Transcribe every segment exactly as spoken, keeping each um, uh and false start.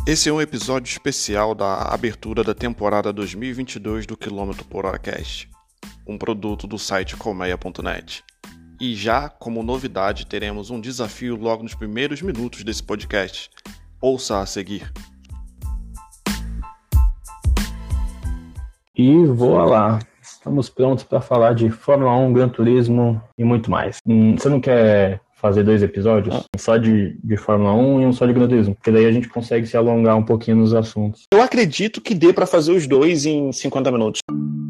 Esse é um episódio especial da abertura da temporada dois mil e vinte e dois do Quilômetro por Hora Cast, um produto do site colmeia ponto net. E já como novidade teremos um desafio logo nos primeiros minutos desse podcast. Ouça a seguir. E voa lá, estamos prontos para falar de Fórmula um, Gran Turismo e muito mais. Hum, você não quer fazer dois episódios? Um só de, de Fórmula um e um só de Gran Turismo, porque daí a gente consegue se alongar um pouquinho nos assuntos. Eu acredito que dê para fazer os dois em cinquenta minutos.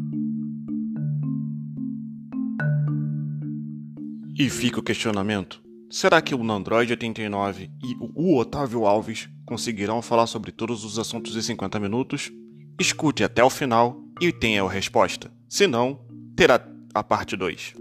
E fica o questionamento. Será que o Nandroid oitenta e nove e o Otávio Alves conseguirão falar sobre todos os assuntos em cinquenta minutos? Escute até o final e tenha a resposta. Se não, terá a parte dois.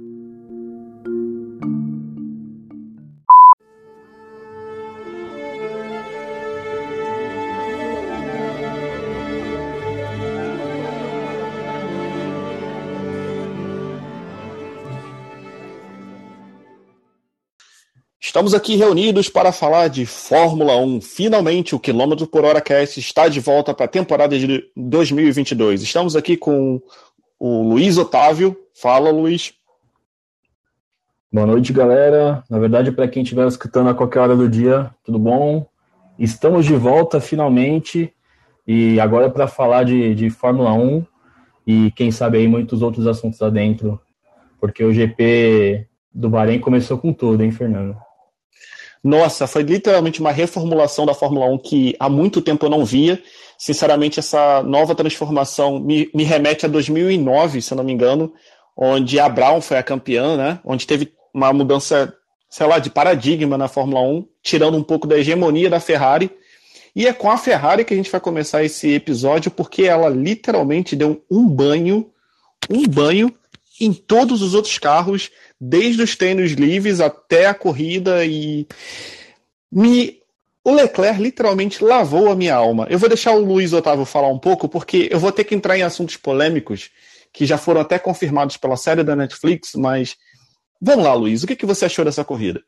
Estamos aqui reunidos para falar de Fórmula um. Finalmente, o Quilômetro por Hora Cast está de volta para a temporada de dois mil e vinte e dois. Estamos aqui com o Luiz Otávio. Fala, Luiz. Boa noite, galera. Na verdade, para quem estiver escutando a qualquer hora do dia, tudo bom? Estamos de volta, finalmente. E agora para falar de, de Fórmula um e, quem sabe, aí muitos outros assuntos lá dentro. Porque o G P do Bahrein começou com tudo, hein, Fernando? Nossa, foi literalmente uma reformulação da Fórmula um que há muito tempo eu não via. Sinceramente, essa nova transformação me, me remete a dois mil e nove, se eu não me engano, onde a Brown foi a campeã, né? Onde teve uma mudança, sei lá, de paradigma na Fórmula um, tirando um pouco da hegemonia da Ferrari. E é com a Ferrari que a gente vai começar esse episódio, porque ela literalmente deu um banho, um banho em todos os outros carros, desde os treinos livres até a corrida, e me... o Leclerc literalmente lavou a minha alma. Eu vou deixar o Luiz Otávio falar um pouco, porque eu vou ter que entrar em assuntos polêmicos, que já foram até confirmados pela série da Netflix, mas vamos lá, Luiz, o que, que você achou dessa corrida?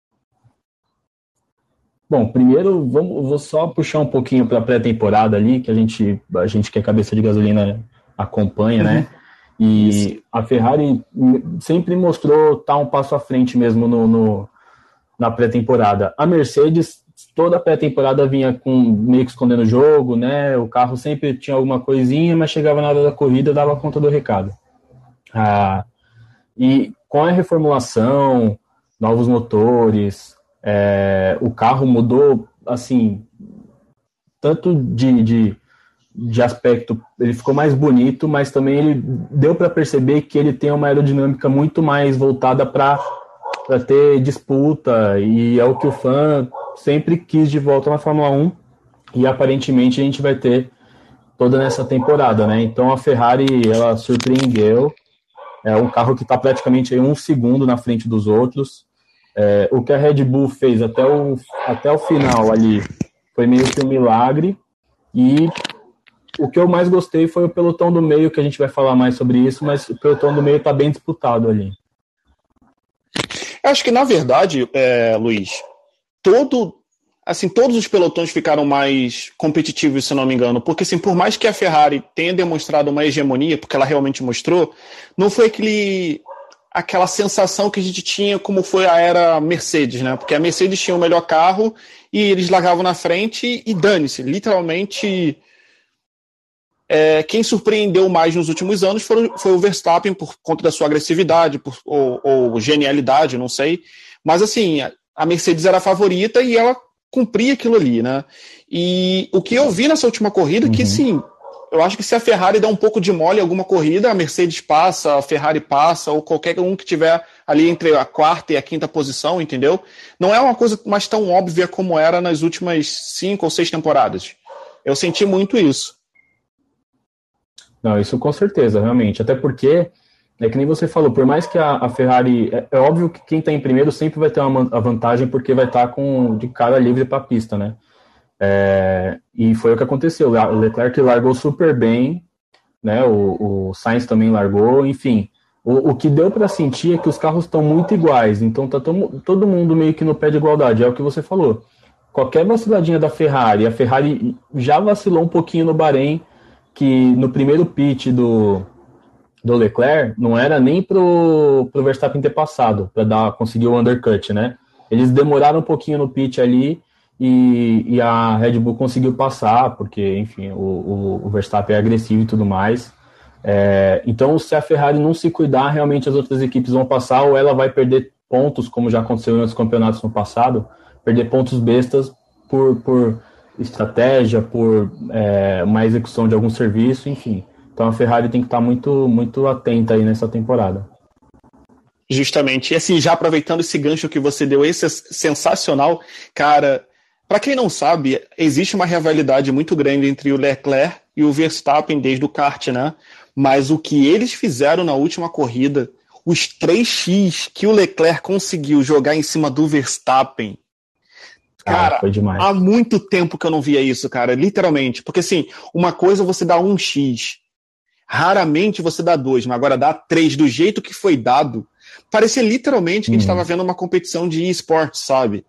Bom, primeiro vamos, vou só puxar um pouquinho para a pré-temporada ali, que a gente, a gente que é cabeça de gasolina acompanha, né? E Isso. A Ferrari sempre mostrou estar um passo à frente mesmo no, no, na pré-temporada. A Mercedes, toda a pré-temporada vinha com meio que escondendo o jogo, né? O carro sempre tinha alguma coisinha, mas chegava na hora da corrida e dava conta do recado. Ah, e com a reformulação, novos motores, é, o carro mudou, assim, tanto de... de de aspecto, ele ficou mais bonito, mas também ele deu para perceber que ele tem uma aerodinâmica muito mais voltada para ter disputa, e é o que o fã sempre quis de volta na Fórmula um, e aparentemente a gente vai ter toda nessa temporada, né? Então a Ferrari, ela surpreendeu, é um carro que está praticamente um segundo na frente dos outros. É, o que a Red Bull fez até o, até o final ali foi meio que um milagre, e o que eu mais gostei foi o pelotão do meio, que a gente vai falar mais sobre isso, mas o pelotão do meio está bem disputado ali. Eu acho que, na verdade, é, Luiz, todo, assim, todos os pelotões ficaram mais competitivos, se não me engano, porque, assim, por mais que a Ferrari tenha demonstrado uma hegemonia, porque ela realmente mostrou, não foi aquele, aquela sensação que a gente tinha como foi a era Mercedes, né? Porque a Mercedes tinha o melhor carro e eles largavam na frente e dane-se, literalmente... É, quem surpreendeu mais nos últimos anos foi, foi o Verstappen, por conta da sua agressividade, por, ou, ou genialidade, não sei. Mas, assim, a, a Mercedes era a favorita e ela cumpria aquilo ali, né? E o que eu vi nessa última corrida, uhum. que, sim, eu acho que se a Ferrari dá um pouco de mole em alguma corrida, a Mercedes passa, a Ferrari passa, ou qualquer um que tiver ali entre a quarta e a quinta posição, entendeu? Não é uma coisa mais tão óbvia como era nas últimas cinco ou seis temporadas. Eu senti muito isso. Não, isso com certeza, realmente. Até porque, é que nem você falou, por mais que a, a Ferrari... É, é óbvio que quem está em primeiro sempre vai ter uma a vantagem, porque vai estar tá com de cara livre para a pista, né? É, e foi o que aconteceu. O Leclerc largou super bem, né? O, o Sainz também largou, enfim. O, o que deu para sentir é que os carros estão muito iguais, então tá todo, todo mundo meio que no pé de igualdade, é o que você falou. qualquer vaciladinha da Ferrari, a Ferrari já vacilou um pouquinho no Bahrein, que no primeiro pit do, do Leclerc não era nem pro, pro Verstappen ter passado, para dar conseguir o undercut, né? Eles demoraram um pouquinho no pit ali e, e a Red Bull conseguiu passar, porque, enfim, o, o, o Verstappen é agressivo e tudo mais. É, então, se a Ferrari não se cuidar, realmente as outras equipes vão passar ou ela vai perder pontos, como já aconteceu em outros campeonatos no passado, perder pontos bestas por, por estratégia, por é, uma execução de algum serviço, enfim. Então a Ferrari tem que estar muito, muito atenta aí nessa temporada. Justamente. E assim, já aproveitando esse gancho que você deu, esse é sensacional, cara, para quem não sabe, existe uma rivalidade muito grande entre o Leclerc e o Verstappen desde o kart, né? Mas o que eles fizeram na última corrida, os três x que o Leclerc conseguiu jogar em cima do Verstappen, cara, ah, foi demais. Há muito tempo que eu não via isso, cara, literalmente. Porque assim, uma coisa você dá um x, raramente você dá dois, mas agora dá três do jeito que foi dado. Parecia literalmente que hum. a gente estava vendo uma competição de esportes, sabe?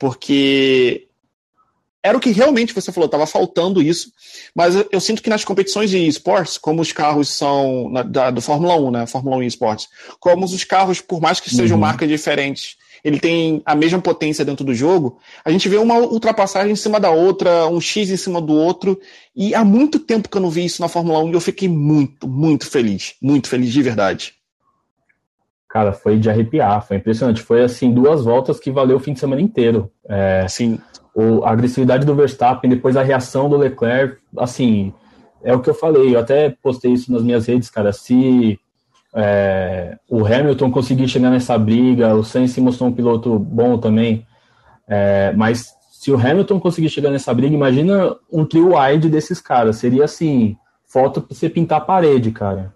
Porque era o que realmente você falou, estava faltando isso. Mas eu, eu sinto que nas competições de esportes, como os carros são na, da, do Fórmula um, né? Fórmula um esportes, como os carros, por mais que sejam uhum. marcas diferentes, ele tem a mesma potência dentro do jogo, a gente vê uma ultrapassagem em cima da outra, um X em cima do outro, e há muito tempo que eu não vi isso na Fórmula um e eu fiquei muito, muito feliz, muito feliz de verdade. Cara, foi de arrepiar, foi impressionante, foi assim, duas voltas que valeu o fim de semana inteiro. É, Sim. O, a agressividade do Verstappen, depois a reação do Leclerc, assim, é o que eu falei, eu até postei isso nas minhas redes, cara, se... É, o Hamilton conseguir chegar nessa briga, o Sainz se mostrou um piloto bom também, é, mas se o Hamilton conseguir chegar nessa briga, imagina um trio wide desses caras, seria assim, foto pra você pintar a parede, cara.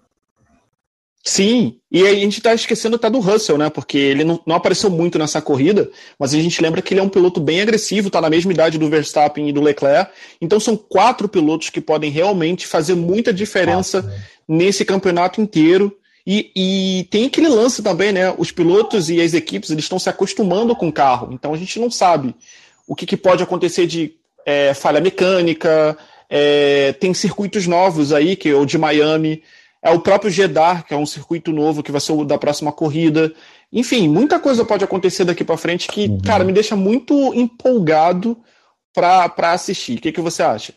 Sim, e aí a gente tá esquecendo até do Russell, né, porque ele não, não apareceu muito nessa corrida, mas a gente lembra que ele é um piloto bem agressivo, tá na mesma idade do Verstappen e do Leclerc, então são quatro pilotos que podem realmente fazer muita diferença Nossa, nesse campeonato inteiro. E, e tem aquele lance também, né? Os pilotos e as equipes eles estão se acostumando com o carro, então a gente não sabe o que, que pode acontecer de é, falha mecânica, é, tem circuitos novos aí, que é o de Miami, é o próprio Jeddah, que é um circuito novo que vai ser o da próxima corrida. Enfim, muita coisa pode acontecer daqui para frente que, uhum. cara, me deixa muito empolgado para assistir. O que, que você acha?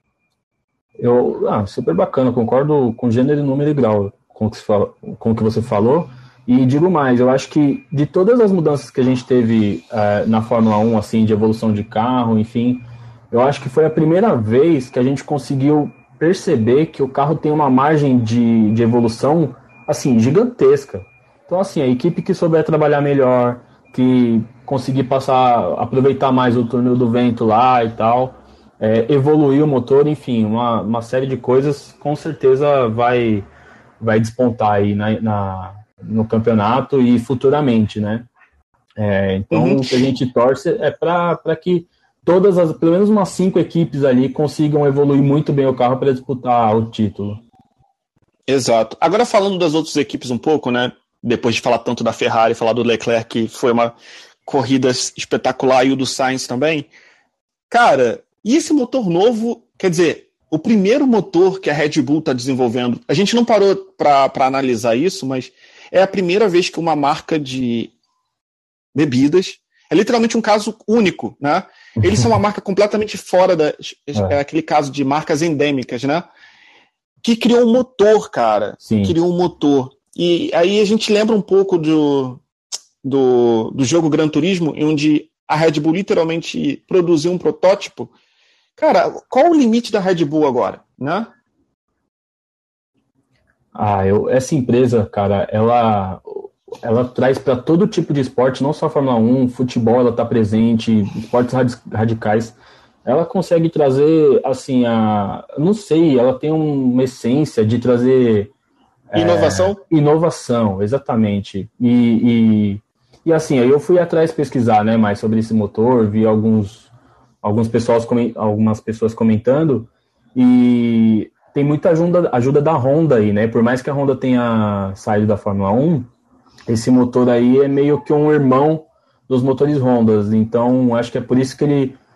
Eu, ah, super bacana, concordo com gênero, número e grau com o que, fala, com o que você falou, e digo mais, eu acho que de todas as mudanças que a gente teve uh, na Fórmula um, assim, de evolução de carro, enfim, eu acho que foi a primeira vez que a gente conseguiu perceber que o carro tem uma margem de, de evolução, assim, gigantesca. Então, assim, a equipe que souber trabalhar melhor, que conseguir passar, aproveitar mais o túnel do vento lá e tal, é, evoluir o motor, enfim, uma, uma série de coisas, com certeza vai... vai despontar aí na, na, no campeonato e futuramente, né? É, então, uhum. o que a gente torce é para que todas as, pelo menos umas cinco equipes ali consigam evoluir muito bem o carro para disputar o título. Exato. Agora falando das outras equipes um pouco, né? Depois de falar tanto da Ferrari, falar do Leclerc, que foi uma corrida espetacular, e o do Sainz também. Cara, e esse motor novo, quer dizer, o primeiro motor que a Red Bull está desenvolvendo, a gente não parou para analisar isso, mas é a primeira vez que uma marca de bebidas, é literalmente um caso único, né? Eles são uma marca completamente fora da, é. é aquele caso de marcas endêmicas, né? Que criou um motor, cara. Sim. Criou um motor. E aí a gente lembra um pouco do, do, do jogo Gran Turismo, onde a Red Bull literalmente produziu um protótipo. Cara, qual o limite da Red Bull agora, né? Ah, eu, essa empresa, cara, ela, ela traz para todo tipo de esporte, não só Fórmula um, futebol, ela está presente, esportes radicais. Ela consegue trazer, assim, a, não sei, ela tem uma essência de trazer... Inovação? É, inovação, exatamente. E, e, e, assim, aí eu fui atrás pesquisar, né, mais sobre esse motor, vi alguns... Alguns pessoas, algumas pessoas comentando, e tem muita ajuda, ajuda da Honda aí, né? Por mais que a Honda tenha saído da Fórmula um, esse motor aí é meio que um irmão dos motores Hondas, então acho que é por isso que ele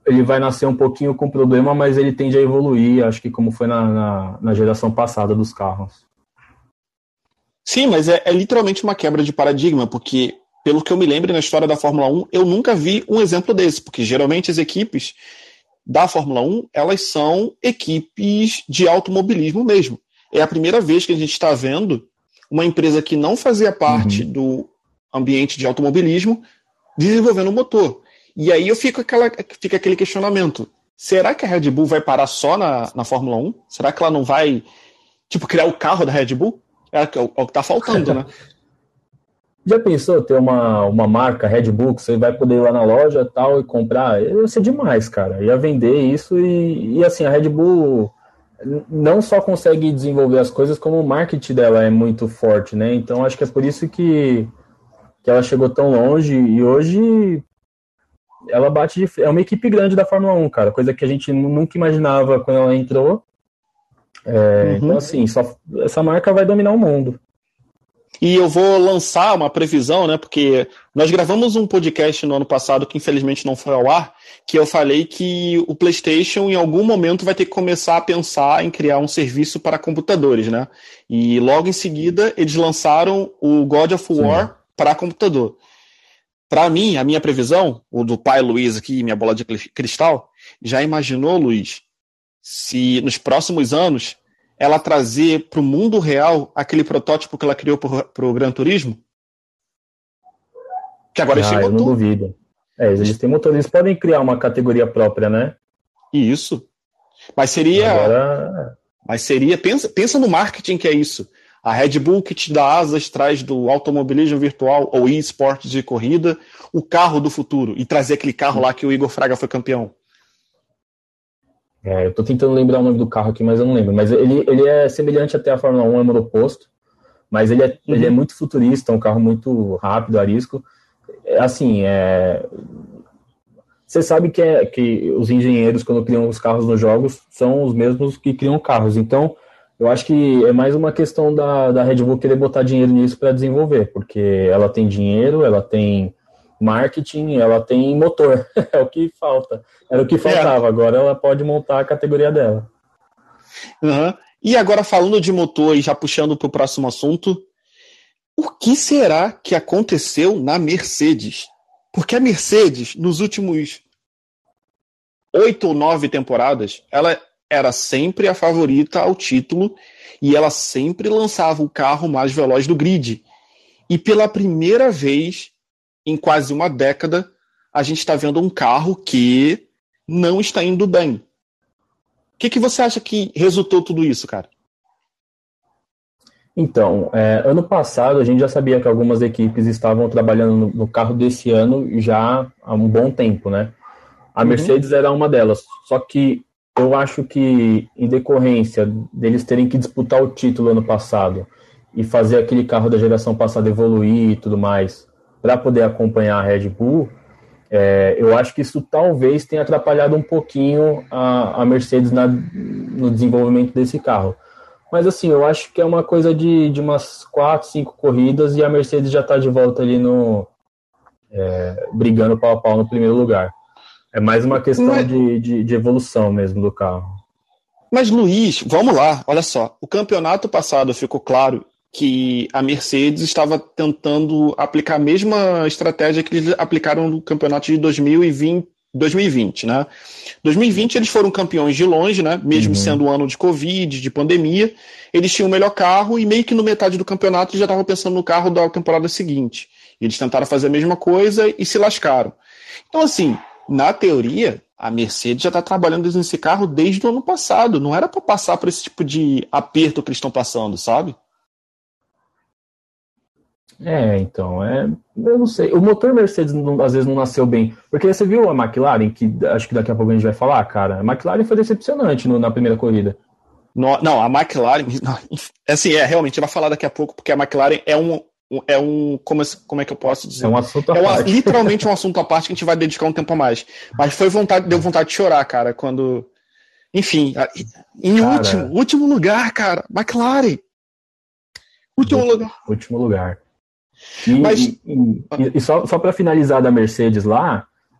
ele vai nascer um pouquinho com problema, mas ele tende a evoluir, acho que como foi na, na, na geração passada dos carros. Sim, mas é, é literalmente uma quebra de paradigma, porque, pelo que eu me lembro na história da Fórmula um, eu nunca vi um exemplo desse, porque geralmente as equipes da Fórmula um, elas são equipes de automobilismo mesmo. É a primeira vez que a gente está vendo uma empresa que não fazia parte uhum. do ambiente de automobilismo desenvolvendo um motor. E aí eu fico aquela, fica aquele questionamento. Será que a Red Bull vai parar só na, na Fórmula um? Será que ela não vai, tipo, criar o carro da Red Bull? É, é o que tá faltando, né? Já pensou ter uma, uma marca Red Bull que você vai poder ir lá na loja tal, e comprar? Ia ser demais, cara. Ia vender isso e, e assim, a Red Bull não só consegue desenvolver as coisas, como o marketing dela é muito forte, né? Então acho que é por isso que, que ela chegou tão longe e hoje ela bate de, é uma equipe grande da Fórmula um, cara, coisa que a gente nunca imaginava quando ela entrou. É, uhum. Então assim, só, essa marca vai dominar o mundo. E eu vou lançar uma previsão, né? Porque nós gravamos um podcast no ano passado que infelizmente não foi ao ar, que eu falei que o PlayStation em algum momento vai ter que começar a pensar em criar um serviço para computadores, né? E logo em seguida eles lançaram o God of War Sim. para computador. Para mim, a minha previsão, o do pai Luiz aqui, minha bola de cristal, já imaginou, Luiz, se nos próximos anos ela trazer para o mundo real aquele protótipo que ela criou para o Gran Turismo? Que agora ah, eles têm motor. Eu não duvido. É, eles têm motor, eles podem criar uma categoria própria, né? Isso. Mas seria... Agora... Mas seria... Pensa, pensa no marketing que é isso. A Red Bull que te dá asas traz do automobilismo virtual ou e-sport de corrida, o carro do futuro, e trazer aquele carro lá que o Igor Fraga foi campeão. É, eu tô tentando lembrar o nome do carro aqui, mas eu não lembro. Mas ele, ele é semelhante até a Fórmula um, é monoposto, mas ele é, uhum. ele é muito futurista, um carro muito rápido, arisco. É, assim, é... você sabe que, é, que os engenheiros, quando criam os carros nos jogos, são os mesmos que criam carros. Então, eu acho que é mais uma questão da, da Red Bull querer botar dinheiro nisso para desenvolver, porque ela tem dinheiro, ela tem marketing, ela tem motor. É o que falta. Era o que faltava. É. Agora ela pode montar a categoria dela. Uhum. E agora, falando de motor e já puxando para o próximo assunto, o que será que aconteceu na Mercedes? Porque a Mercedes, nos últimos oito ou nove temporadas, ela era sempre a favorita ao título e ela sempre lançava o carro mais veloz do grid. E pela primeira vez em quase uma década, a gente está vendo um carro que não está indo bem. O que, que você acha que resultou tudo isso, cara? Então, é, ano passado a gente já sabia que algumas equipes estavam trabalhando no, no carro desse ano já há um bom tempo, né? A Mercedes uhum. era uma delas, só que eu acho que, em decorrência deles terem que disputar o título ano passado e fazer aquele carro da geração passada evoluir e tudo mais, para poder acompanhar a Red Bull, é, eu acho que isso talvez tenha atrapalhado um pouquinho a, a Mercedes na, no desenvolvimento desse carro. Mas assim, eu acho que é uma coisa de, de umas quatro, cinco corridas e a Mercedes já está de volta ali no é, brigando pau a pau no primeiro lugar. É mais uma questão Mas... de, de, de evolução mesmo do carro. Mas, Luiz, vamos lá, olha só. O campeonato passado ficou claro que a Mercedes estava tentando aplicar a mesma estratégia que eles aplicaram no campeonato de dois mil e vinte, dois mil e vinte, né? dois mil e vinte eles foram campeões de longe, né? Mesmo uhum. sendo um ano de Covid, de pandemia, eles tinham o melhor carro e meio que no metade do campeonato eles já estavam pensando no carro da temporada seguinte. Eles tentaram fazer a mesma coisa e se lascaram. Então, assim, na teoria, a Mercedes já está trabalhando nesse carro desde o ano passado. Não era para passar por esse tipo de aperto que eles estão passando, sabe? É, então, é, eu não sei. O motor Mercedes não, às vezes não nasceu bem. Porque você viu a McLaren, que acho que daqui a pouco a gente vai falar, cara. A McLaren foi decepcionante no, na primeira corrida. No, não, a McLaren, não, assim, é, realmente, vai falar daqui a pouco, porque a McLaren é um, é um como, como é que eu posso dizer? É um assunto à é parte. É literalmente um assunto à parte que a gente vai dedicar um tempo a mais. Mas foi vontade, deu vontade de chorar, cara, quando... Enfim, em cara, último, último lugar, cara, McLaren. Último lugar. Último lugar. E, Mas... e, e, e só, só para finalizar da Mercedes lá,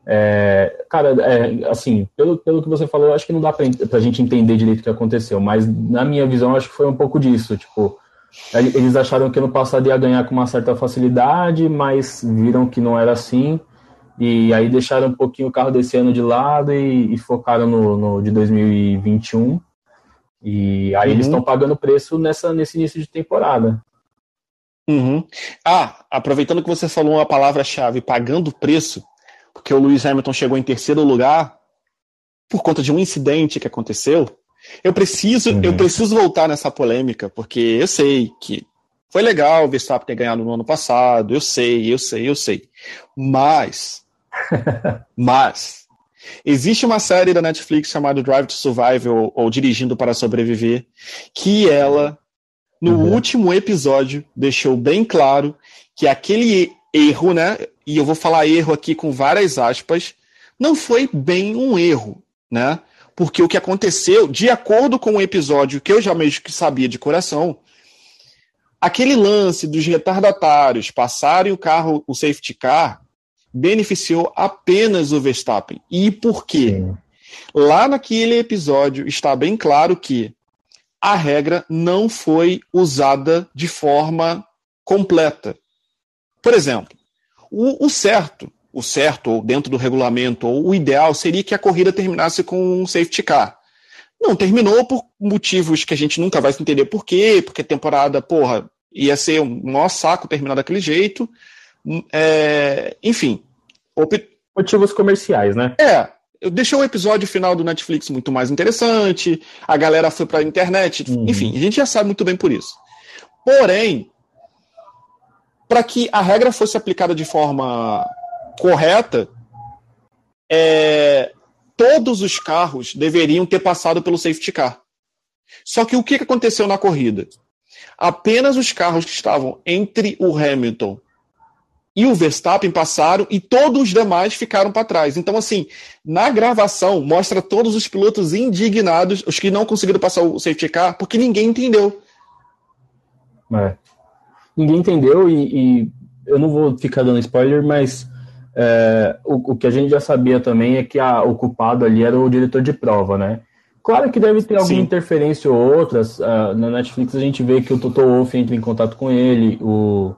É, cara, é, assim, pelo, pelo que você falou, eu acho que não dá pra, pra gente entender direito o que aconteceu, mas na minha visão, eu acho que foi um pouco disso, tipo, eles acharam que ano passado ia ganhar com uma certa facilidade, mas viram que não era assim, e aí deixaram um pouquinho o carro desse ano de lado e, e focaram no, no de dois mil e vinte e um, e aí uhum. eles estão pagando preço nessa, nesse início de temporada. Uhum. Ah, aproveitando que você falou uma palavra-chave, pagando preço, porque o Lewis Hamilton chegou em terceiro lugar por conta de um incidente que aconteceu, eu preciso, uhum. eu preciso voltar nessa polêmica, porque eu sei que foi legal o Verstappen ter ganhado no ano passado, eu sei, eu sei, eu sei. Mas, mas, existe uma série da Netflix chamada Drive to Survive, ou, ou Dirigindo para Sobreviver, que ela, no uhum. último episódio, deixou bem claro que aquele erro, né, e eu vou falar erro aqui com várias aspas, não foi bem um erro, né? Porque o que aconteceu, de acordo com o episódio que eu já meio que sabia de coração, aquele lance dos retardatários passarem o carro, o safety car, beneficiou apenas o Verstappen. E por quê? Sim. Lá naquele episódio está bem claro que a regra não foi usada de forma completa. Por exemplo, o, o certo, o certo, ou dentro do regulamento, ou o ideal seria que a corrida terminasse com um safety car. Não terminou por motivos que a gente nunca vai entender por quê, porque a temporada, porra, ia ser um maior saco terminar daquele jeito. É, enfim. Op... Motivos comerciais, né? É. Deixou o episódio final do Netflix muito mais interessante, a galera foi pra internet, uhum. enfim, a gente já sabe muito bem por isso. Porém, para que a regra fosse aplicada de forma correta, é, todos os carros deveriam ter passado pelo safety car. Só que o que aconteceu na corrida? Apenas os carros que estavam entre o Hamilton e o Verstappen passaram e todos os demais ficaram para trás. Então, assim, na gravação mostra todos os pilotos indignados, os que não conseguiram passar o safety car, porque ninguém entendeu. É. Ninguém entendeu e, e eu não vou ficar dando spoiler, mas é, o, o que a gente já sabia também é que a, o culpado ali era o diretor de prova, né? Claro que deve ter alguma Sim. interferência ou outras. Uh, na Netflix a gente vê que o Toto Wolff entra em contato com ele, o,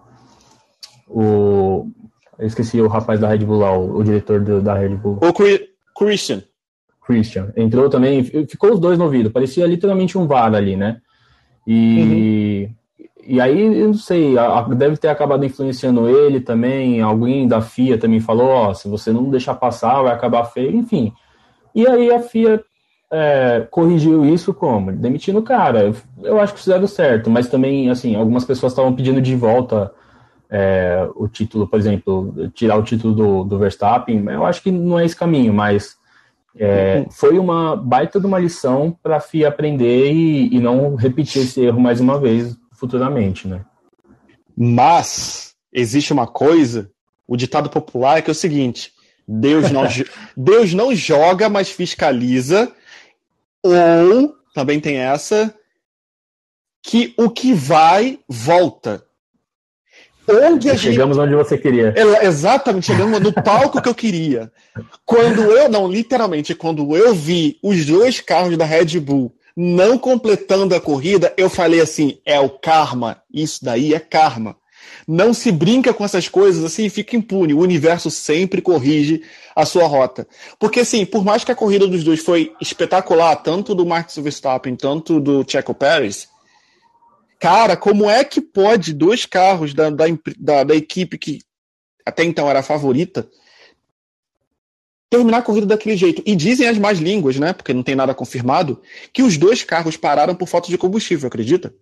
o eu esqueci o rapaz da Red Bull lá, o, o diretor do, da Red Bull. O Christian. Christian. Entrou também, ficou os dois no ouvido, parecia literalmente um V A R ali, né? E... Uhum. E aí, eu não sei, deve ter acabado influenciando ele também, alguém da F I A também falou, ó, se você não deixar passar, vai acabar feio, enfim. E aí a F I A é, corrigiu isso como? Demitindo o cara. Eu acho que fizeram certo, mas também, assim, algumas pessoas estavam pedindo de volta é, o título, por exemplo, tirar o título do, do Verstappen. Eu acho que não é esse caminho, mas é, foi uma baita de uma lição para a F I A aprender e, e não repetir esse erro mais uma vez futuramente, né? Mas existe uma coisa, o ditado popular é que é o seguinte: Deus não, Deus não joga, mas fiscaliza, ou também tem essa que o que vai volta. Onde a chegamos gente... onde você queria. É, exatamente, chegamos no palco que eu queria. Quando eu, não, literalmente, quando eu vi os dois carros da Red Bull não completando a corrida, eu falei assim, é o karma, isso daí é karma. Não se brinca com essas coisas assim e fica impune. O universo sempre corrige a sua rota. Porque assim, por mais que a corrida dos dois foi espetacular, tanto do Max Verstappen, tanto do Checo Pérez, cara, como é que pode dois carros da, da, da, da equipe que até então era a favorita terminar a corrida daquele jeito? E dizem as más línguas, né, porque não tem nada confirmado, que os dois carros pararam por falta de combustível, acredita?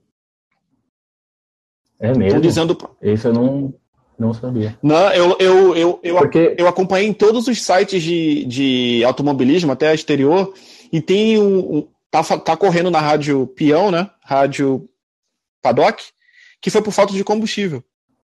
É mesmo? Dizendo... Esse eu não, não sabia. Não, eu, eu, eu, eu, porque... eu acompanhei em todos os sites de, de automobilismo, até exterior, e tem um, um tá, tá correndo na rádio Peão, né, rádio Paddock, que foi por falta de combustível.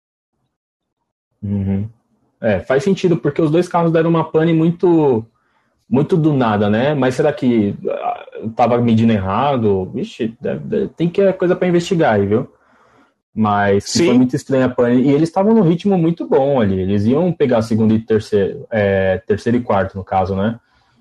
Uhum. É, faz sentido, porque os dois carros deram uma pane muito, muito do nada, né? Mas será que estava medindo errado? Vixe, deve, deve, tem que é coisa para investigar aí, viu? Mas Sim. foi muito estranha a pane. E eles estavam num ritmo muito bom ali. Eles iam pegar segundo e terceiro, é, terceiro e quarto, no caso, né?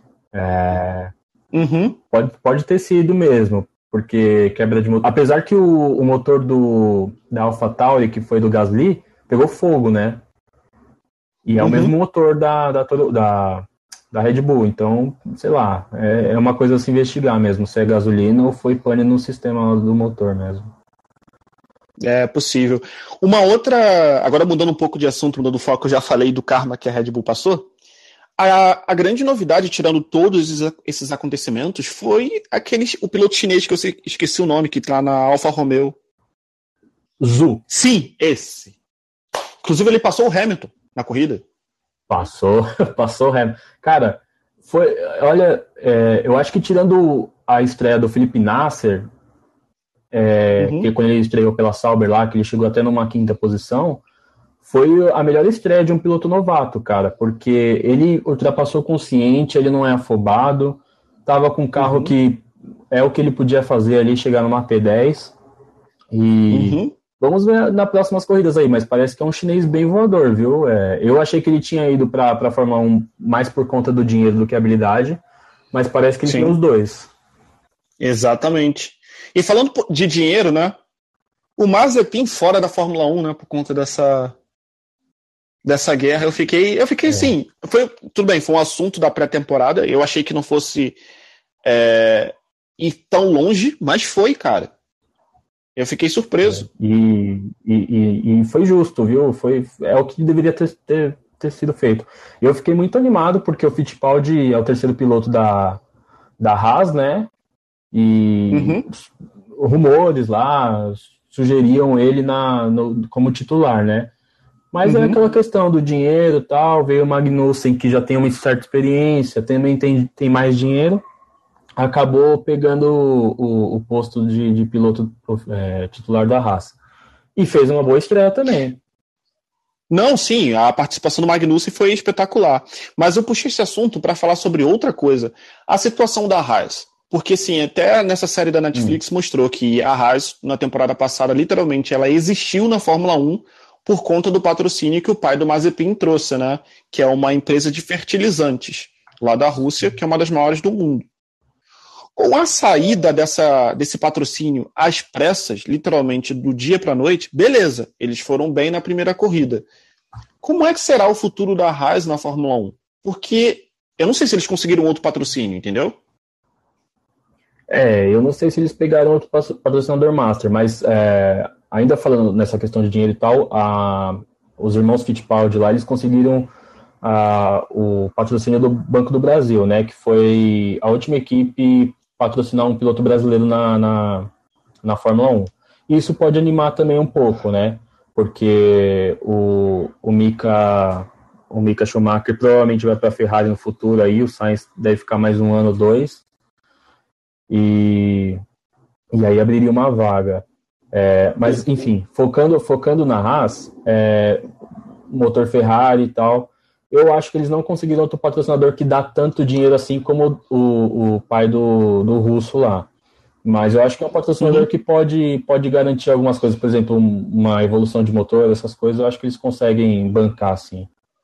É, uhum. pode, pode ter sido mesmo, porque quebra de motor. Apesar que o, o motor do, da AlphaTauri, que foi do Gasly, pegou fogo, né? E é uhum. o mesmo motor da, da, da, da Red Bull. Então, sei lá, é, é uma coisa a se investigar mesmo, se é gasolina ou foi pane no sistema do motor mesmo. É possível. Uma outra, agora mudando um pouco de assunto, mudando o foco, eu já falei do karma que a Red Bull passou. A, a grande novidade, tirando todos esses, esses acontecimentos, foi aquele, o piloto chinês que eu esqueci o nome, que tá na Alfa Romeo. Zhu. Sim, esse. Inclusive ele passou o Hamilton na corrida. Passou, passou o Hamilton. Cara, foi, olha, é, eu acho que tirando a estreia do Felipe Nasser, É, uhum. que quando ele estreou pela Sauber lá, que ele chegou até numa quinta posição, foi a melhor estreia de um piloto novato, cara, porque ele ultrapassou consciente, ele não é afobado, tava com um carro uhum. que é o que ele podia fazer ali, chegar numa P dez, e uhum. vamos ver nas próximas corridas aí, mas parece que é um chinês bem voador, viu? É, eu achei que ele tinha ido pra, pra Fórmula um mais por conta do dinheiro do que habilidade, mas parece que ele Sim. tem os dois. Exatamente. E falando de dinheiro, né? O Mazepin fora da Fórmula um, né? Por conta dessa, dessa guerra, eu fiquei, eu fiquei é. assim. Foi, tudo bem, foi um assunto da pré-temporada. Eu achei que não fosse é, ir tão longe, mas foi, cara. Eu fiquei surpreso. É. E, e, e foi justo, viu? Foi, é o que deveria ter, ter, ter sido feito. Eu fiquei muito animado porque o Fittipaldi é o terceiro piloto da, da Haas, né? E uhum. rumores lá sugeriam ele na, no, como titular, né? Mas uhum. é aquela questão do dinheiro e tal, veio o Magnussen, que já tem uma certa experiência, também tem, tem mais dinheiro, acabou pegando o, o, o posto de, de piloto é, titular da Haas. E fez uma boa estreia também. Não, sim, a participação do Magnussen foi espetacular. Mas eu puxei esse assunto para falar sobre outra coisa. A situação da Haas. Porque, sim, até nessa série da Netflix hum. mostrou que a Haas, na temporada passada, literalmente, ela existiu na Fórmula um por conta do patrocínio que o pai do Mazepin trouxe, né? Que é uma empresa de fertilizantes lá da Rússia, que é uma das maiores do mundo. Com a saída dessa, desse patrocínio às pressas, literalmente do dia para a noite, beleza, eles foram bem na primeira corrida. Como é que será o futuro da Haas na Fórmula um? Porque eu não sei se eles conseguiram outro patrocínio, entendeu? É, eu não sei se eles pegaram outro patrocinador master, mas é, ainda falando nessa questão de dinheiro e tal, a, os irmãos Fittipaldi lá, eles conseguiram a, o patrocínio do Banco do Brasil, né, que foi a última equipe patrocinar um piloto brasileiro na, na, na Fórmula um. E isso pode animar também um pouco, né, porque o, o Mika, o Mika Schumacher provavelmente vai para a Ferrari no futuro aí, o Sainz deve ficar mais um ano ou dois, E, e aí abriria uma vaga. É, mas, enfim, focando, focando na Haas, é, motor Ferrari e tal, eu acho que eles não conseguiram outro patrocinador que dá tanto dinheiro assim como o, o pai do, do russo lá. Mas eu acho que é um patrocinador uhum. que pode, pode garantir algumas coisas, por exemplo, uma evolução de motor, essas coisas, eu acho que eles conseguem bancar, assim.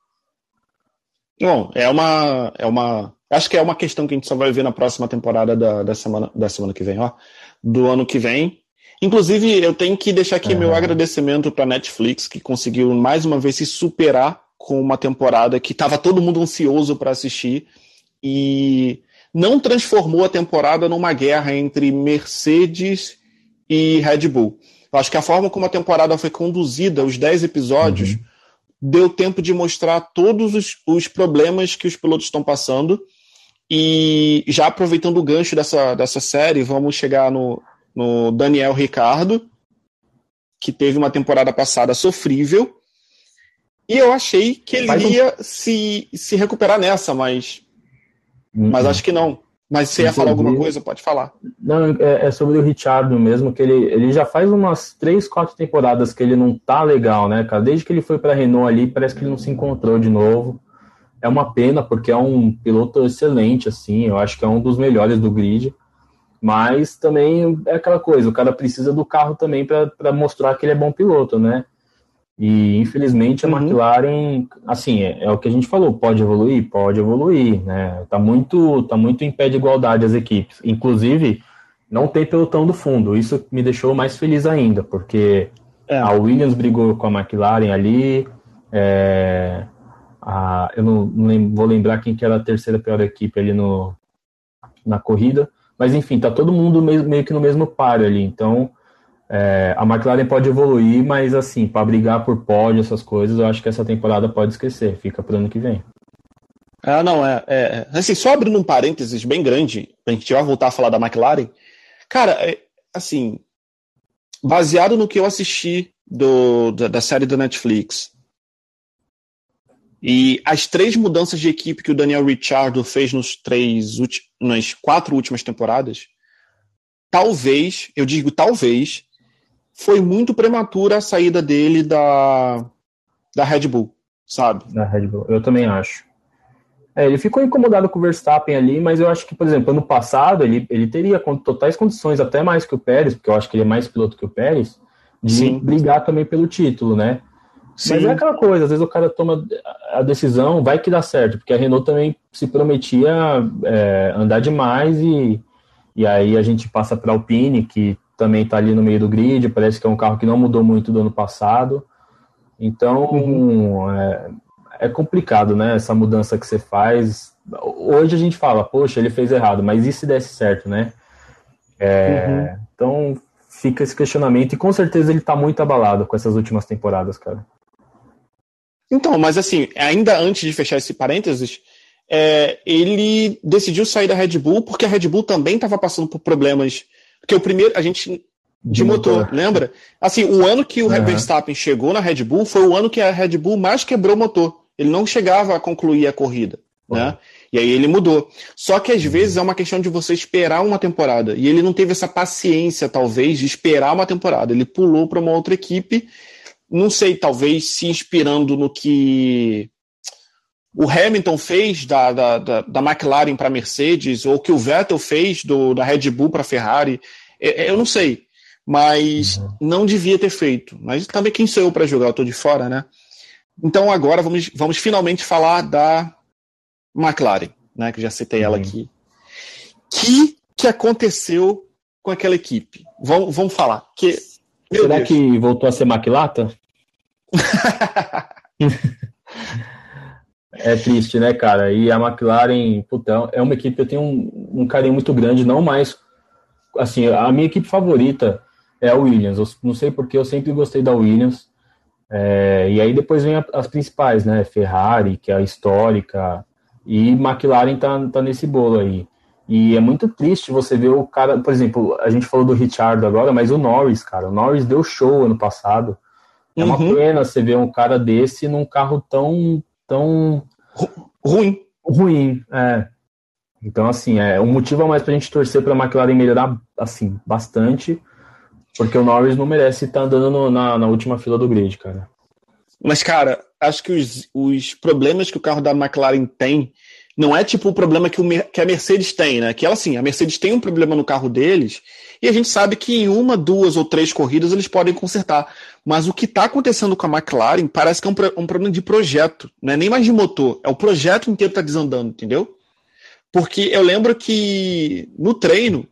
Bom, é uma, é uma... Acho que é uma questão que a gente só vai ver na próxima temporada da, da, semana, da semana que vem, ó. Do ano que vem. Inclusive, eu tenho que deixar aqui uhum. meu agradecimento para a Netflix, que conseguiu mais uma vez se superar com uma temporada que estava todo mundo ansioso para assistir e não transformou a temporada numa guerra entre Mercedes e Red Bull. Eu acho que a forma como a temporada foi conduzida, os dez episódios, uhum. deu tempo de mostrar todos os, os problemas que os pilotos estão passando. E já aproveitando o gancho dessa, dessa série, vamos chegar no, no Daniel Ricciardo, que teve uma temporada passada sofrível. E eu achei que ele ia se, se recuperar nessa, mas, uhum. mas acho que não. Mas se você ia falar alguma coisa, pode falar. Não, é, é sobre o Ricciardo mesmo, que ele, ele já faz umas três, quatro temporadas que ele não tá legal, né, cara? Desde que ele foi pra Renault ali, parece que ele não se encontrou de novo. É uma pena, porque é um piloto excelente, assim, eu acho que é um dos melhores do grid, Mas também é aquela coisa, o cara precisa do carro também para mostrar que ele é bom piloto, né? E infelizmente a Uhum. McLaren, assim, é, é o que a gente falou, pode evoluir? Pode evoluir, né? Tá muito, tá muito em pé de igualdade as equipes. Inclusive, não tem pelotão do fundo. Isso me deixou mais feliz ainda, porque É. a Williams brigou com a McLaren ali, é, a, eu não, não lembro, vou lembrar quem que era a terceira pior equipe ali no, na corrida, mas enfim, tá todo mundo meio, meio que no mesmo páreo ali, então é, a McLaren pode evoluir, mas assim, para brigar por pódio, essas coisas, eu acho que essa temporada pode esquecer, fica pro ano que vem. Ah, não, é, é. Assim, só abrindo um parênteses bem grande, a gente vai voltar a falar da McLaren. Cara, é, assim, baseado no que eu assisti do, da, da série da Netflix e as três mudanças de equipe que o Daniel Ricciardo fez nos três, nas quatro últimas temporadas, talvez, eu digo talvez, foi muito prematura a saída dele da, da Red Bull, sabe? Da Red Bull, eu também acho. É, ele ficou incomodado com o Verstappen ali, mas eu acho que, por exemplo, ano passado ele, ele teria totais condições, até mais que o Pérez, porque eu acho que ele é mais piloto que o Pérez, de Sim. brigar também pelo título, né? Sim. Mas é aquela coisa, às vezes o cara toma a decisão, vai que dá certo, porque a Renault também se prometia é, andar demais e, e aí a gente passa para a Alpine, que também está ali no meio do grid, parece que é um carro que não mudou muito do ano passado. Então, uhum. é, é complicado, né, essa mudança que você faz. Hoje a gente fala, poxa, ele fez errado, mas e se desse certo, né? É, uhum. Então, fica esse questionamento e com certeza ele está muito abalado com essas últimas temporadas, cara. Então, mas assim, ainda antes de fechar esse parênteses, é, ele decidiu sair da Red Bull porque a Red Bull também estava passando por problemas. Porque o primeiro, a gente. De, de motor, motor, lembra? Assim, o ano que o uhum. Verstappen chegou na Red Bull foi o ano que a Red Bull mais quebrou o motor. Ele não chegava a concluir a corrida, uhum. né? E aí ele mudou. Só que às uhum. vezes é uma questão de você esperar uma temporada. E ele não teve essa paciência, talvez, de esperar uma temporada. Ele pulou para uma outra equipe. Não sei, talvez se inspirando no que o Hamilton fez da, da, da, da McLaren para a Mercedes, ou que o Vettel fez do, da Red Bull para a Ferrari, eu, eu não sei, mas uhum. não devia ter feito. Mas também quem sou eu para jogar, eu estou de fora, né? Então agora vamos, vamos finalmente falar da McLaren, né? Que eu já citei uhum. ela aqui. O que, que aconteceu com aquela equipe? Vamos, vamos falar. Que, Meu Será Deus. que voltou a ser maquilata? É triste, né, cara? E a McLaren, puta, é uma equipe que eu tenho um, um carinho muito grande, não mais... Assim, a minha equipe favorita é a Williams. Eu não sei porque eu sempre gostei da Williams. É, e aí depois vem a, as principais, né? Ferrari, que é a histórica, e McLaren tá, tá nesse bolo aí. E é muito triste você ver o cara, por exemplo, a gente falou do Ricciardo agora, mas o Norris, cara, o Norris deu show ano passado. É uma uhum. pena você ver um cara desse num carro tão, tão ruim. Ruim, é. Então, assim, é um motivo a mais pra gente torcer pra McLaren melhorar, assim, bastante, porque o Norris não merece estar andando no, na, na última fila do grid, cara. Mas, cara, acho que os, os problemas que o carro da McLaren tem não é tipo o problema que, o, que a Mercedes tem, né? Que ela, assim, a Mercedes tem um problema no carro deles e a gente sabe que em uma, duas ou três corridas eles podem consertar. Mas o que está acontecendo com a McLaren parece que é um, um problema de projeto, não é nem mais de motor, é o projeto inteiro que está desandando, entendeu? Porque eu lembro que no treino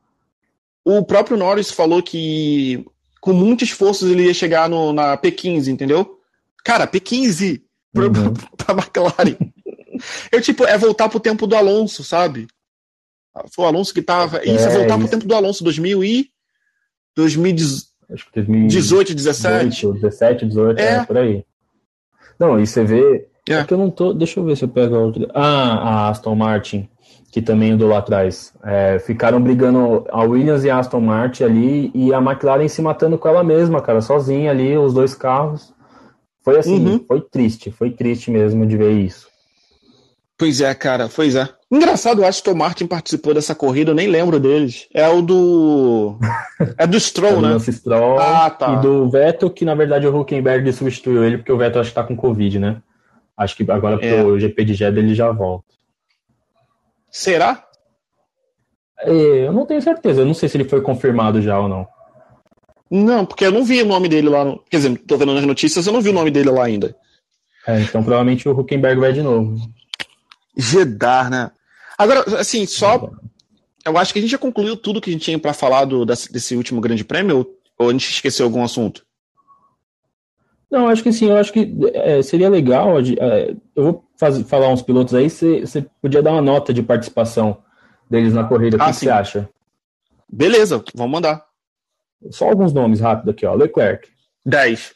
o próprio Norris falou que com muito esforço ele ia chegar no, na P quinze, entendeu? Cara, P quinze uhum. para a McLaren. Eu, tipo, é voltar pro tempo do Alonso, sabe? Foi o Alonso que tava... É, isso, é voltar isso. pro tempo do Alonso, dois mil e... dois mil e dezoito, dezessete. dezessete, dezoito, é. é, por aí. Não, e você vê... É. é que eu não tô... Deixa eu ver se eu pego a outra... Ah, a Aston Martin, que também andou lá atrás. É, ficaram brigando a Williams e a Aston Martin ali, e a McLaren se matando com ela mesma, cara, sozinha ali, os dois carros. Foi assim, uhum. foi triste, foi triste mesmo de ver isso. Pois é, cara, pois é. Engraçado, o Aston Martin participou dessa corrida, eu nem lembro deles. É o do... É do Stroll, é do né? Stroll ah, tá. E do Vettel, que na verdade o Hülkenberg substituiu ele, porque o Vettel acho que tá com Covid, né? Acho que agora é. pro G P de Jeddah ele já volta. Será? Eu não tenho certeza, eu não sei se ele foi confirmado já ou não. Não, porque eu não vi o nome dele lá. No... Quer dizer, tô vendo nas notícias, eu não vi o nome dele lá ainda. É, então provavelmente o Hülkenberg vai de novo. Jeddah, né? Agora, assim, só... Eu acho que a gente já concluiu tudo que a gente tinha para falar do, desse último grande prêmio, ou, ou a gente esqueceu algum assunto? Não, acho que sim, eu acho que é, seria legal. É, eu vou fazer, falar uns pilotos aí, você podia dar uma nota de participação deles na corrida. O ah, que você acha? Beleza, vamos mandar. Só alguns nomes rápidos aqui, ó. Leclerc. dez.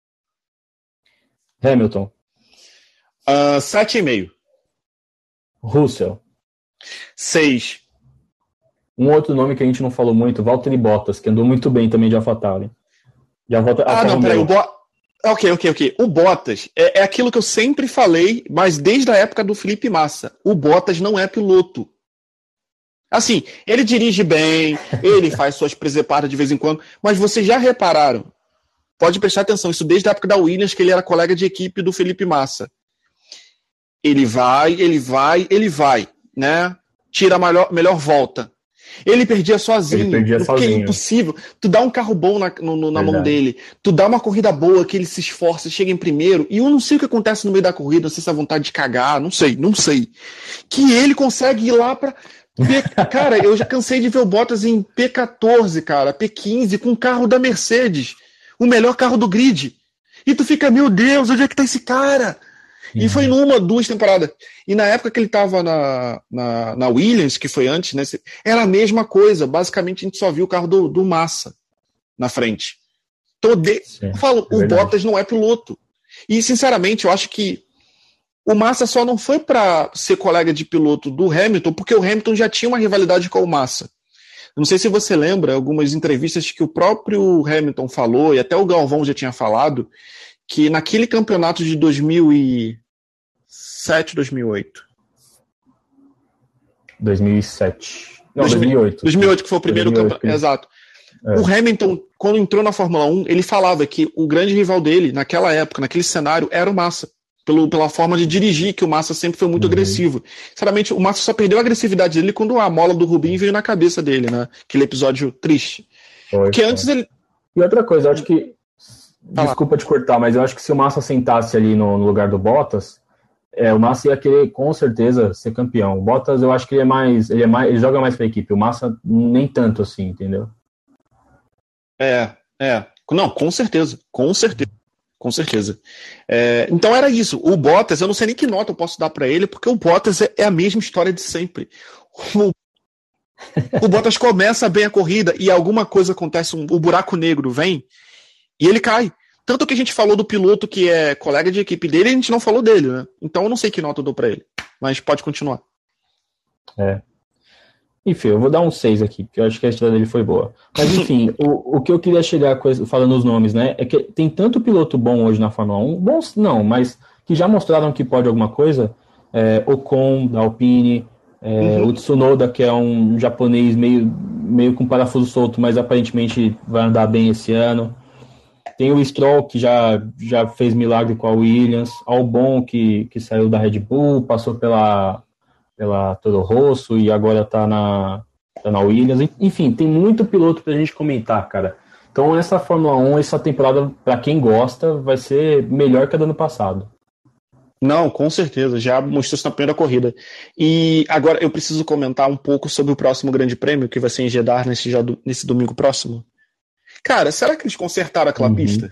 Hamilton. Uh, sete vírgula cinco. Russell. seis. Um outro nome que a gente não falou muito, Valtteri Bottas, que andou muito bem também de AlphaTauri. De Alfa, ah, não, peraí. O Bo... Ok, ok, ok. O Bottas é, é aquilo que eu sempre falei, mas desde a época do Felipe Massa. O Bottas não é piloto. Assim, ele dirige bem, ele faz suas presepadas de vez em quando, mas vocês já repararam, pode prestar atenção, isso desde a época da Williams, que ele era colega de equipe do Felipe Massa. Ele vai, ele vai, ele vai, né? Tira a melhor, melhor volta. Ele perdia sozinho, ele perdia porque sozinho. É impossível. Tu dá um carro bom na, no, na mão dele, tu dá uma corrida boa, que ele se esforça, chega em primeiro, e eu não sei o que acontece no meio da corrida, não sei se é vontade de cagar, não sei, não sei. Que ele consegue ir lá pra... P... Cara, eu já cansei de ver o Bottas em P quatorze, cara, P quinze, com o carro da Mercedes, o melhor carro do grid. E tu fica, meu Deus, onde é que tá esse cara? E foi numa, duas temporadas. E na época que ele tava na, na, na Williams, que foi antes, né? Era a mesma coisa. Basicamente, a gente só viu o carro do, do Massa na frente. Então, de... eu falo, é o verdade. Bottas não é piloto. E, sinceramente, eu acho que o Massa só não foi para ser colega de piloto do Hamilton, porque o Hamilton já tinha uma rivalidade com o Massa. Eu não sei se você lembra algumas entrevistas que o próprio Hamilton falou, e até o Galvão já tinha falado, que naquele campeonato de dois mil e sete, dois mil e oito. dois mil e sete. Não, dois mil e oito. dois mil e oito, que foi o primeiro campeonato. Exato. É. O Hamilton, quando entrou na Fórmula um, ele falava que o grande rival dele, naquela época, naquele cenário, era o Massa. Pelo, pela forma de dirigir, que o Massa sempre foi muito uhum. agressivo. Sinceramente, o Massa só perdeu a agressividade dele quando a mola do Rubinho veio na cabeça dele, né? Aquele episódio triste. Foi, Porque foi. antes ele... E outra coisa, eu acho que... Desculpa te cortar, mas eu acho que se o Massa sentasse ali no, no lugar do Bottas, é, o Massa ia querer com certeza ser campeão. O Bottas, eu acho que ele é mais, ele é mais, ele joga mais pra equipe. O Massa nem tanto assim, entendeu? É, é. Não, com certeza, com certeza, com certeza. É, então era isso. O Bottas, eu não sei nem que nota eu posso dar pra ele, porque o Bottas é, é a mesma história de sempre. O, o Bottas começa bem a corrida e alguma coisa acontece, um, o buraco negro vem e ele cai. Tanto que a gente falou do piloto que é colega de equipe dele, a gente não falou dele, né? Então eu não sei que nota eu dou pra ele. Mas pode continuar. É. Enfim, eu vou dar um seis aqui, porque eu acho que a história dele foi boa. Mas enfim, o, o que eu queria chegar falando os nomes, né? É que tem tanto piloto bom hoje na Fórmula um, bons não, mas que já mostraram que pode alguma coisa. É, Ocon, da Alpine, é, uhum. o Tsunoda, que é um japonês meio, meio com parafuso solto, mas aparentemente vai andar bem esse ano. Tem o Stroll, que já, já fez milagre com a Williams. Albon, que, que saiu da Red Bull, passou pela, pela Toro Rosso e agora tá na, tá na Williams. Enfim, tem muito piloto pra gente comentar, cara. Então essa Fórmula um, essa temporada, pra quem gosta, vai ser melhor que a do ano passado. Não, com certeza. Já mostrou isso na primeira corrida. E agora eu preciso comentar um pouco sobre o próximo Grande Prêmio, que vai ser em Jeddah nesse, nesse domingo próximo. Cara, será que eles consertaram aquela uhum. pista?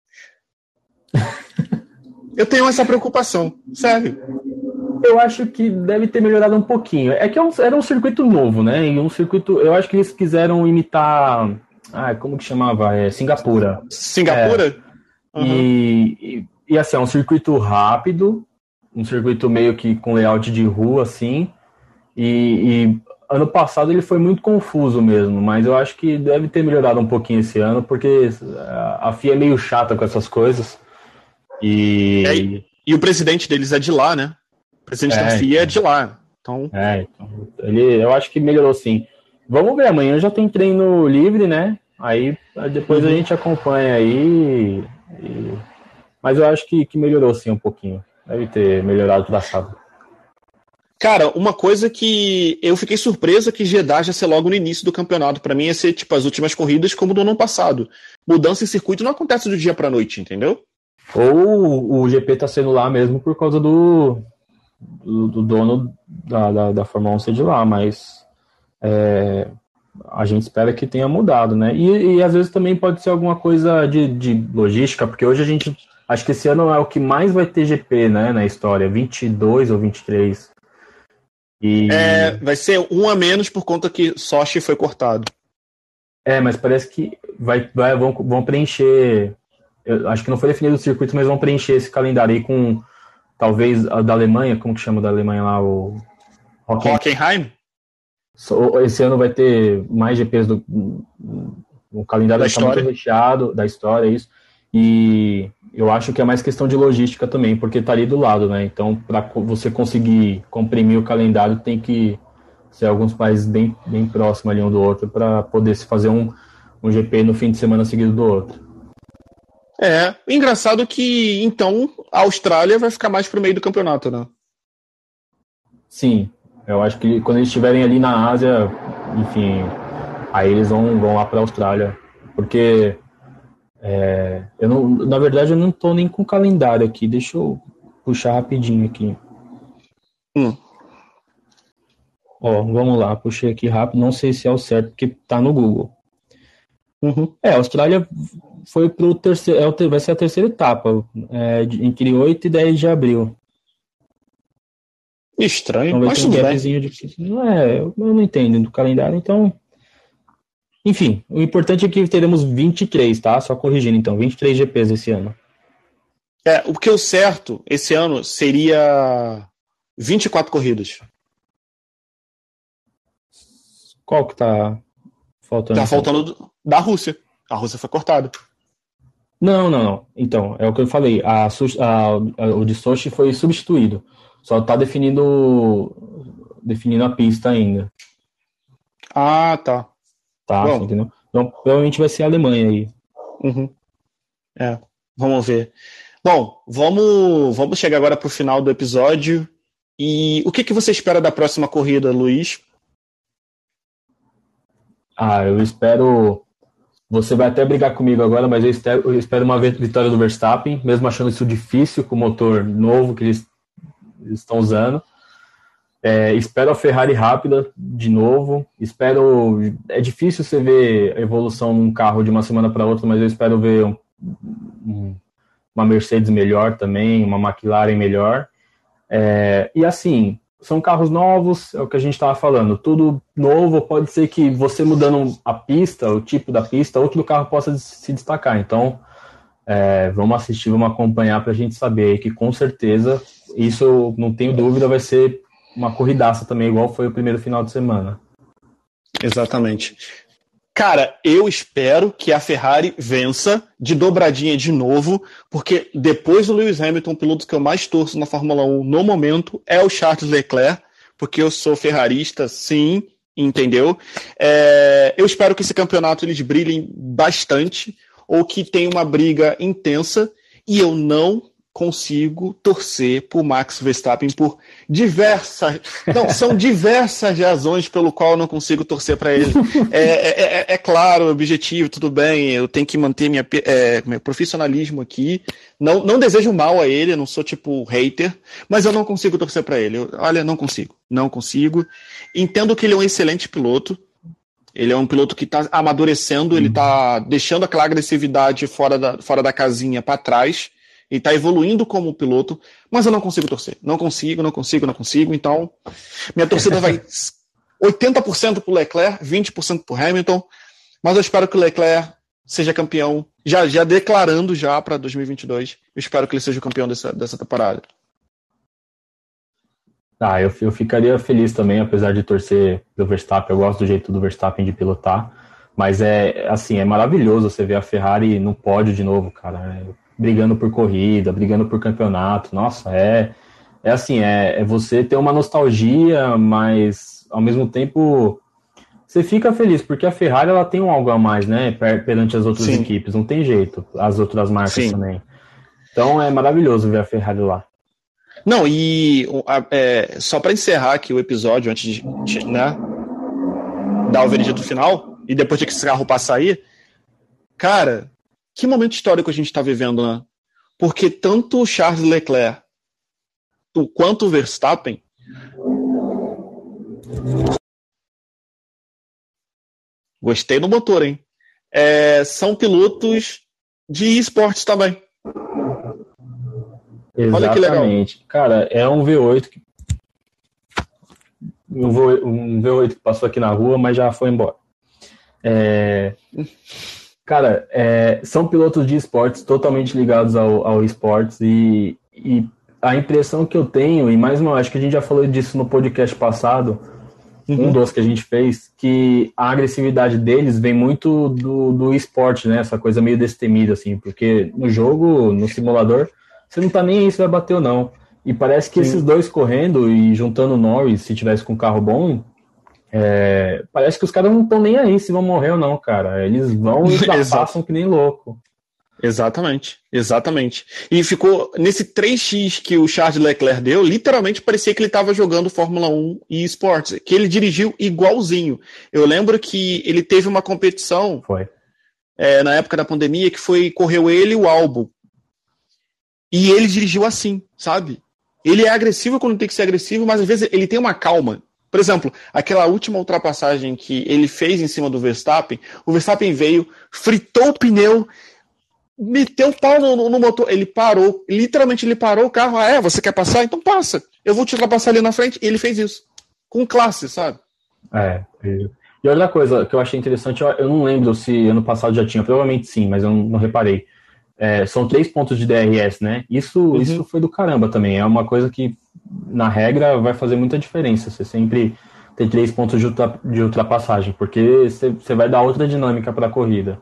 Eu tenho essa preocupação, sério. Eu acho que deve ter melhorado um pouquinho. É que era um circuito novo, né? E um circuito. Eu acho que eles quiseram imitar. Ah, como que chamava? É, Singapura. Singapura? É. Uhum. E, e, e assim, é um circuito rápido, um circuito meio que com layout de rua, assim. E. e ano passado ele foi muito confuso mesmo, mas eu acho que deve ter melhorado um pouquinho esse ano, porque a F I A é meio chata com essas coisas. E, é, e o presidente deles é de lá, né? O presidente é, da F I A é de lá. Então... É, então, ele, eu acho que melhorou sim. Vamos ver, amanhã já tem treino livre, né? Aí depois uhum. a gente acompanha aí. E... Mas eu acho que, que melhorou sim um pouquinho. Deve ter melhorado o traçado. Cara, uma coisa que eu fiquei surpreso é que Jeddah já ser logo no início do campeonato. Pra mim ia ser tipo as últimas corridas como do ano passado. Mudança em circuito não acontece do dia pra noite, entendeu? Ou o G P tá sendo lá mesmo por causa do, do, do dono da, da, da Fórmula um ser de lá, mas é, a gente espera que tenha mudado, né? E, e às vezes também pode ser alguma coisa de, de logística, porque hoje a gente, acho que esse ano é o que mais vai ter G P, né, na história, vinte e dois ou vinte e três. E... É, vai ser um a menos por conta que Sochi foi cortado. É, mas parece que vai, vai, vão, vão preencher. Eu acho que não foi definido o circuito, mas vão preencher esse calendário aí com talvez a da Alemanha, como que chama da Alemanha lá? O Hocken... Hockenheim? Esse ano vai ter mais G Ps do. O calendário da vai estar muito recheado da história, isso. E eu acho que é mais questão de logística também, porque tá ali do lado, né? Então, para você conseguir comprimir o calendário, tem que ser alguns países bem, bem próximos ali um do outro para poder se fazer um, um G P no fim de semana seguido do outro. É, engraçado que, então, a Austrália vai ficar mais pro meio do campeonato, né? Sim, eu acho que quando eles estiverem ali na Ásia, enfim, aí eles vão, vão lá pra Austrália, porque... É, eu não, na verdade, eu não tô nem com o calendário aqui. Deixa eu puxar rapidinho aqui. Hum. Ó, vamos lá, puxei aqui rápido. Não sei se é o certo, porque tá no Google. Uhum. É, a Austrália foi pro terceiro, é o, vai ser a terceira etapa, é, entre oito e dez de abril. Estranho, então, vai mas ter um tudo gapzinho bem. De, não é, eu não entendo do calendário, então... Enfim, o importante é que teremos vinte e três, tá? Só corrigindo, então, vinte e três G Ps esse ano. É, o que é o certo esse ano seria vinte e quatro corridas. Qual que tá faltando? Tá faltando da Rússia. A Rússia foi cortada. Não, não, não. Então, é o que eu falei. A, a, a, o de Sochi foi substituído. Só tá definindo, definindo a pista ainda. Ah, tá. Tá, Bom, entendeu? Então, provavelmente vai ser a Alemanha aí. Uhum. É, vamos ver. Bom, vamos, vamos chegar agora pro final do episódio. E o que, que você espera da próxima corrida, Luiz? Ah, eu espero... Você vai até brigar comigo agora, mas eu espero, eu espero uma vitória do Verstappen, mesmo achando isso difícil com o motor novo que eles estão usando. É, espero a Ferrari rápida de novo. Espero. É difícil você ver a evolução num carro de uma semana para outra, mas eu espero ver um, um, uma Mercedes melhor também, uma McLaren melhor. É, e assim, são carros novos, é o que a gente estava falando, tudo novo. Pode ser que você mudando a pista, o tipo da pista, outro carro possa se destacar. Então, é, vamos assistir, vamos acompanhar para a gente saber que com certeza, isso não tenho dúvida, vai ser uma corridaça também, igual foi o primeiro final de semana. Exatamente. Cara, eu espero que a Ferrari vença de dobradinha de novo, porque depois do Lewis Hamilton, o piloto que eu mais torço na Fórmula um no momento é o Charles Leclerc, porque eu sou ferrarista, sim, entendeu? É, eu espero que esse campeonato eles brilhem bastante, ou que tenha uma briga intensa, e eu não consigo torcer por Max Verstappen por diversas... Não, são diversas razões pelo qual eu não consigo torcer para ele. É, é, é claro, objetivo, tudo bem, eu tenho que manter minha, é, meu profissionalismo aqui. Não, não desejo mal a ele, eu não sou tipo hater, mas eu não consigo torcer para ele. Eu, olha, não consigo, não consigo. Entendo que ele é um excelente piloto, ele é um piloto que está amadurecendo, ele está deixando aquela agressividade fora da, fora da casinha para trás, e está evoluindo como piloto, mas eu não consigo torcer. Não consigo, não consigo, não consigo. Então, minha torcida vai oitenta por cento para o Leclerc, vinte por cento para o Hamilton, mas eu espero que o Leclerc seja campeão, já, já declarando já para dois mil e vinte e dois, eu espero que ele seja o campeão dessa, dessa temporada. Ah, eu, eu ficaria feliz também, apesar de torcer pelo Verstappen. Eu gosto do jeito do Verstappen de pilotar, mas é assim, é maravilhoso você ver a Ferrari no pódio de novo, cara. É, brigando por corrida, brigando por campeonato. Nossa, é, é assim, é, é você ter uma nostalgia, mas ao mesmo tempo você fica feliz, porque a Ferrari ela tem um algo a mais, né, perante as outras Sim. equipes, não tem jeito, as outras marcas Sim. também. Então é maravilhoso ver a Ferrari lá. Não, e é, só para encerrar aqui o episódio, antes de, de né, dar o veredito final, e depois de que esse carro passar aí, cara, que momento histórico a gente está vivendo, né? Porque tanto o Charles Leclerc quanto o Verstappen gostei do motor, hein? É, são pilotos de esportes também. Exatamente. Olha que legal. Cara, é um V oito que um V oito que passou aqui na rua, mas já foi embora. É... Cara, é... são pilotos de esportes totalmente ligados ao, ao esportes e, e a impressão que eu tenho, e mais uma, acho que a gente já falou disso no podcast passado, uhum. um dos que a gente fez, que a agressividade deles vem muito do, do esporte, né? Essa coisa meio destemida, assim, porque no jogo, no simulador, você não tá nem aí se vai bater ou não. E parece que Sim. esses dois correndo e juntando o Norris, se tivesse com um carro bom, é, parece que os caras não estão nem aí se vão morrer ou não, cara. Eles vão e ultrapassam que nem louco. Exatamente, exatamente. E ficou nesse três x que o Charles Leclerc deu, literalmente parecia que ele estava jogando Fórmula um e esportes, que ele dirigiu igualzinho. Eu lembro que ele teve uma competição foi. É, na época da pandemia que foi correu ele e o Albon. E ele dirigiu assim, sabe? Ele é agressivo quando tem que ser agressivo, mas às vezes ele tem uma calma. Por exemplo, aquela última ultrapassagem que ele fez em cima do Verstappen, o Verstappen veio, fritou o pneu, meteu o pau no, no motor, ele parou, literalmente ele parou o carro, ah é, você quer passar? Então passa, eu vou te ultrapassar ali na frente, e ele fez isso, com classe, sabe? É, e, e outra coisa que eu achei interessante, eu, eu não lembro se ano passado já tinha, provavelmente sim, mas eu não, não reparei, é, são três pontos de D R S, né, isso, uhum. isso foi do caramba também, é uma coisa que na regra vai fazer muita diferença, você sempre tem três pontos de, ultra, de ultrapassagem, porque você, você vai dar outra dinâmica para a corrida.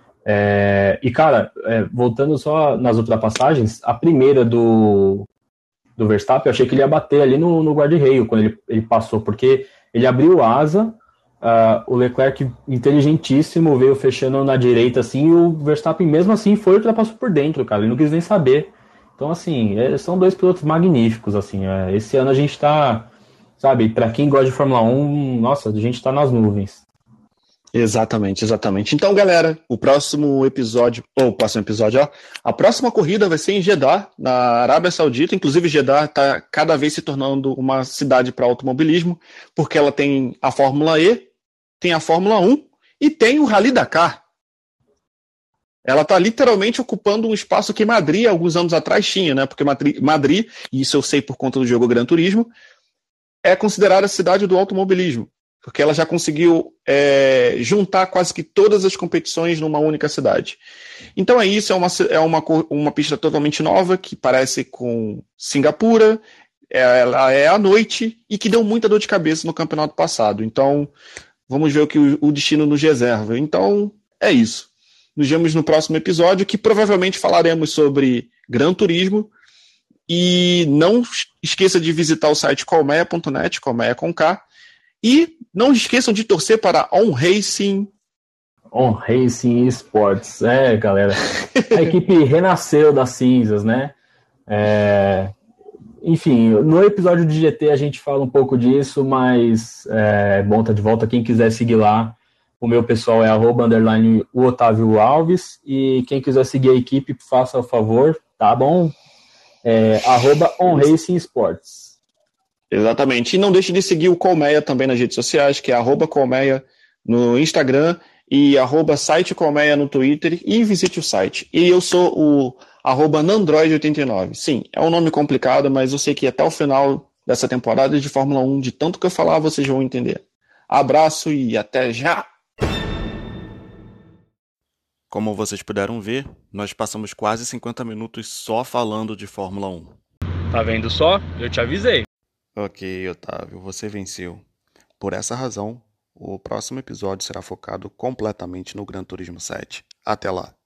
É, e, cara, é, voltando só nas ultrapassagens, a primeira do, do Verstappen, eu achei que ele ia bater ali no, no guarda-reio quando ele, ele passou, porque ele abriu asa, uh, o Leclerc, inteligentíssimo, veio fechando na direita, assim, e o Verstappen, mesmo assim, foi e ultrapassou por dentro, cara, ele não quis nem saber. Então, assim, é, são dois pilotos magníficos, assim, é, esse ano a gente tá, sabe, pra quem gosta de Fórmula um, nossa, a gente tá nas nuvens. Exatamente, exatamente. Então, galera, o próximo episódio, ou o próximo episódio, ó, a próxima corrida vai ser em Jeddah, na Arábia Saudita. Inclusive, Jeddah está cada vez se tornando uma cidade para automobilismo, porque ela tem a Fórmula E, tem a Fórmula um e tem o Rally Dakar. Ela está literalmente ocupando um espaço que Madrid, alguns anos atrás, tinha, né? Porque Madrid, Madrid, e isso eu sei por conta do jogo Gran Turismo, é considerada a cidade do automobilismo. Porque ela já conseguiu é, juntar quase que todas as competições numa única cidade. Então é isso, é uma, é uma, uma pista totalmente nova, que parece com Singapura, é, ela é à noite, e que deu muita dor de cabeça no campeonato passado. Então, vamos ver o que o, o destino nos reserva. Então, é isso. Nos vemos no próximo episódio, que provavelmente falaremos sobre Gran Turismo, e não esqueça de visitar o site colmeia ponto net, colmeia com K, e não esqueçam de torcer para On Racing. On Racing Esports. É, galera. A equipe renasceu das cinzas, né? É... Enfim, no episódio de G T a gente fala um pouco disso, mas é bom estar de volta. Quem quiser seguir lá, o meu pessoal é arroba underline o Otávio Alves. E quem quiser seguir a equipe, faça o favor, tá bom? É, arroba On Racing Esports. Exatamente. E não deixe de seguir o Colmeia também nas redes sociais, que é arroba Colmeia no Instagram e arroba site Colmeia no Twitter, e visite o site. E eu sou o arroba Nandroid oitenta e nove. Sim, é um nome complicado, mas eu sei que até o final dessa temporada de Fórmula um, de tanto que eu falar, vocês vão entender. Abraço e até já! Como vocês puderam ver, nós passamos quase cinquenta minutos só falando de Fórmula um. Tá vendo só? Eu te avisei. Ok, Otávio, você venceu. Por essa razão, o próximo episódio será focado completamente no Gran Turismo sete. Até lá!